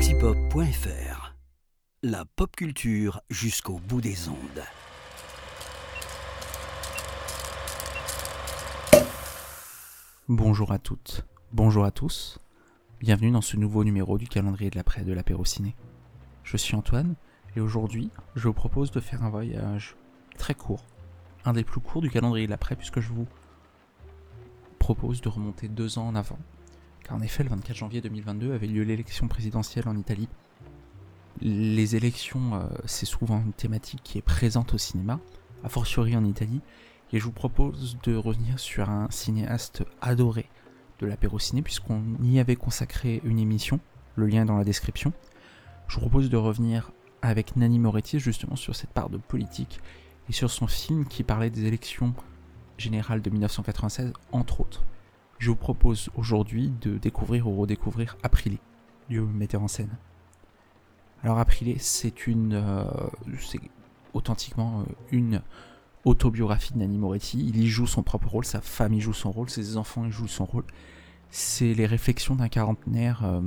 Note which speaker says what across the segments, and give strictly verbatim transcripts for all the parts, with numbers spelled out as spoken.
Speaker 1: antipop point f r. La pop culture jusqu'au bout des ondes.
Speaker 2: Bonjour à toutes, bonjour à tous. Bienvenue dans ce nouveau numéro du calendrier de l'après de l'apéro ciné. Je suis Antoine et aujourd'hui, je vous propose de faire un voyage très court, un des plus courts du calendrier de l'après puisque je vous propose de remonter deux ans en avant. Car en effet, le vingt-quatre janvier deux mille vingt-deux avait lieu l'élection présidentielle en Italie. Les élections, euh, c'est souvent une thématique qui est présente au cinéma, a fortiori en Italie, et je vous propose de revenir sur un cinéaste adoré de l'apéro ciné, puisqu'on y avait consacré une émission, le lien est dans la description. Je vous propose de revenir avec Nanni Moretti justement sur cette part de politique, et sur son film qui parlait des élections générales de dix-neuf cent quatre-vingt-seize, entre autres. Je vous propose aujourd'hui de découvrir ou redécouvrir Aprile, du metteur en scène. Alors Aprile, c'est une, euh, c'est authentiquement euh, une autobiographie de Nanni Moretti. Il y joue son propre rôle, sa femme y joue son rôle, ses enfants y jouent son rôle. C'est les réflexions d'un quarantenaire euh,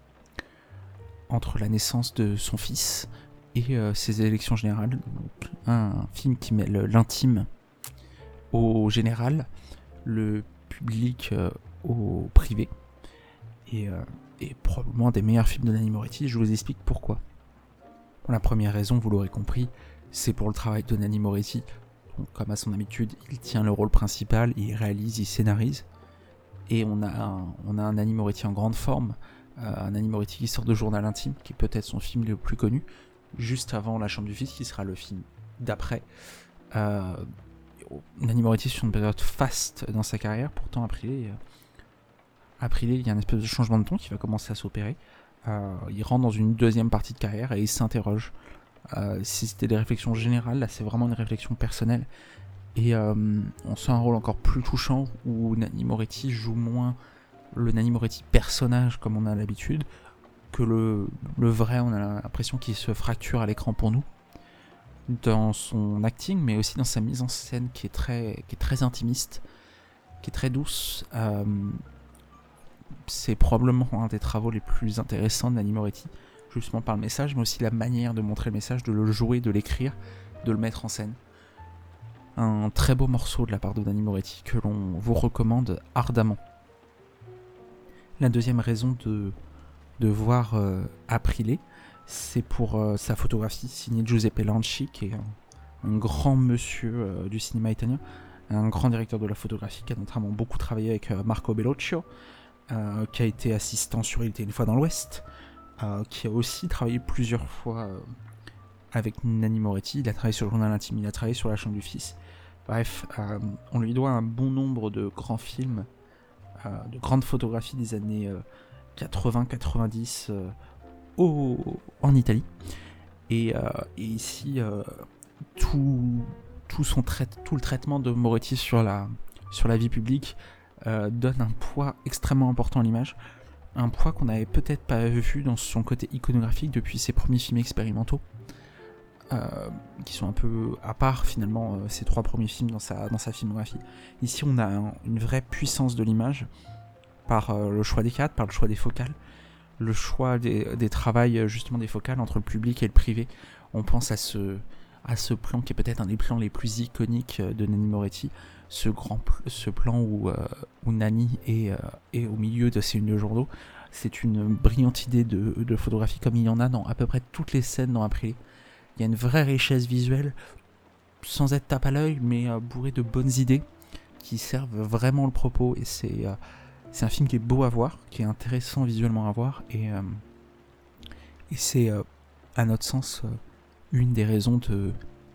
Speaker 2: entre la naissance de son fils et euh, ses élections générales. Donc, un film qui mêle l'intime au général, le public euh, au privé, et, euh, et probablement un des meilleurs films de Nanni Moretti. Je vous explique pourquoi. Bon, la première raison, vous l'aurez compris, c'est pour le travail de Nanni Moretti. Donc, comme à son habitude, il tient le rôle principal, il réalise, il scénarise, et on a un, on a un Nanni Moretti en grande forme, euh, un Nanni Moretti qui sort de Journal intime, qui est peut-être son film le plus connu, juste avant La chambre du fils, qui sera le film d'après. Euh, Nanni Moretti sur une période faste dans sa carrière, pourtant Aprile, euh, Aprile, il y a un espèce de changement de ton qui va commencer à s'opérer. Euh, il rentre dans une deuxième partie de carrière et il s'interroge. Euh, si c'était des réflexions générales, là c'est vraiment une réflexion personnelle. Et euh, on sent un rôle encore plus touchant où Nanni Moretti joue moins le Nanni Moretti personnage comme on a l'habitude que le, le vrai. On a l'impression qu'il se fracture à l'écran pour nous, dans son acting, mais aussi dans sa mise en scène qui est très, qui est très intimiste, qui est très douce. Euh, c'est probablement un des travaux les plus intéressants de Nanni Moretti, justement par le message, mais aussi la manière de montrer le message, de le jouer, de l'écrire, de le mettre en scène. Un très beau morceau de la part de Nanni Moretti que l'on vous recommande ardemment. La deuxième raison de, de voir euh, Aprile, c'est pour euh, sa photographie signée Giuseppe Lanci, qui est un, un grand monsieur euh, du cinéma italien, un grand directeur de la photographie qui a notamment beaucoup travaillé avec euh, Marco Bellocchio, euh, qui a été assistant sur Il était une fois dans l'Ouest, euh, qui a aussi travaillé plusieurs fois euh, avec Nanni Moretti. Il a travaillé sur le Journal intime, il a travaillé sur La chambre du fils. Bref, euh, on lui doit un bon nombre de grands films, euh, de grandes photographies des années euh, quatre-vingts quatre-vingt-dix, euh, Au, en Italie, et, euh, et ici euh, tout, tout, son trai- tout le traitement de Moretti sur la, sur la vie publique euh, donne un poids extrêmement important à l'image, un poids qu'on n'avait peut-être pas vu dans son côté iconographique depuis ses premiers films expérimentaux, euh, qui sont un peu à part finalement euh, ses trois premiers films dans sa, dans sa filmographie. Ici on a un, une vraie puissance de l'image par euh, le choix des cadres, par le choix des focales, le choix des, des travails justement des focales entre le public et le privé. On pense à ce, à ce plan qui est peut-être un des plans les plus iconiques de Nanni Moretti, ce, grand, ce plan où, euh, où Nanni est, euh, est au milieu de ses lignes de journaux. C'est une brillante idée de, de photographie comme il y en a dans à peu près toutes les scènes dans Aprile. Il y a une vraie richesse visuelle, sans être tape à l'œil, mais euh, bourrée de bonnes idées qui servent vraiment le propos, et c'est... Euh, C'est un film qui est beau à voir, qui est intéressant visuellement à voir, et, euh, et c'est, euh, à notre sens, euh, une des raisons de,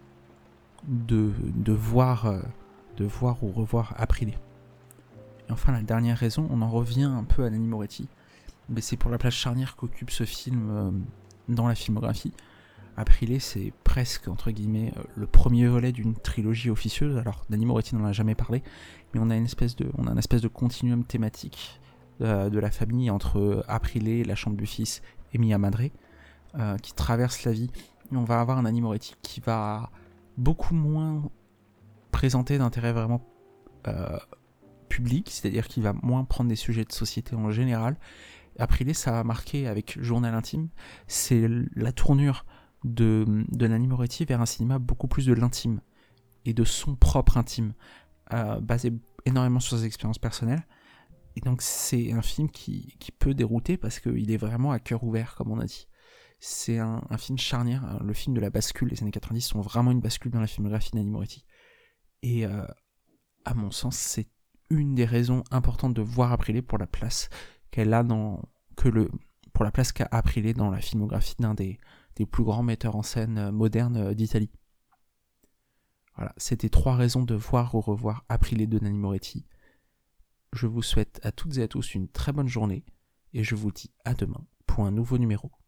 Speaker 2: de, de, voir, euh, de voir ou revoir Aprile. Et enfin, la dernière raison, on en revient un peu à Nanni Moretti, mais c'est pour la place charnière qu'occupe ce film euh, dans la filmographie. Aprile, c'est presque, entre guillemets, le premier volet d'une trilogie officieuse. Alors, Nanni Moretti n'en a jamais parlé, mais on a une espèce de, on a une espèce de continuum thématique euh, de la famille entre Aprile, La chambre du fils et Mia Madre, euh, qui traverse la vie. Et on va avoir un Nanni Moretti qui va beaucoup moins présenter d'intérêt vraiment euh, public, c'est-à-dire qu'il va moins prendre des sujets de société en général, Aprile, ça a marqué avec Journal intime, c'est la tournure de, de Nanni Moretti vers un cinéma beaucoup plus de l'intime et de son propre intime, euh, basé énormément sur ses expériences personnelles. Et donc c'est un film qui, qui peut dérouter parce qu'il est vraiment à cœur ouvert, comme on a dit. C'est un, un film charnière, le film de la bascule. Les années quatre-vingt-dix sont vraiment une bascule dans la filmographie de Nanni Moretti. Et euh, à mon sens, c'est une des raisons importantes de voir Aprile pour la place qu'elle a dans que le pour la place qu'a Aprile dans la filmographie d'un des, des plus grands metteurs en scène modernes d'Italie. Voilà, c'était trois raisons de voir ou revoir Aprile de Nanni Moretti. Je vous souhaite à toutes et à tous une très bonne journée et je vous dis à demain pour un nouveau numéro.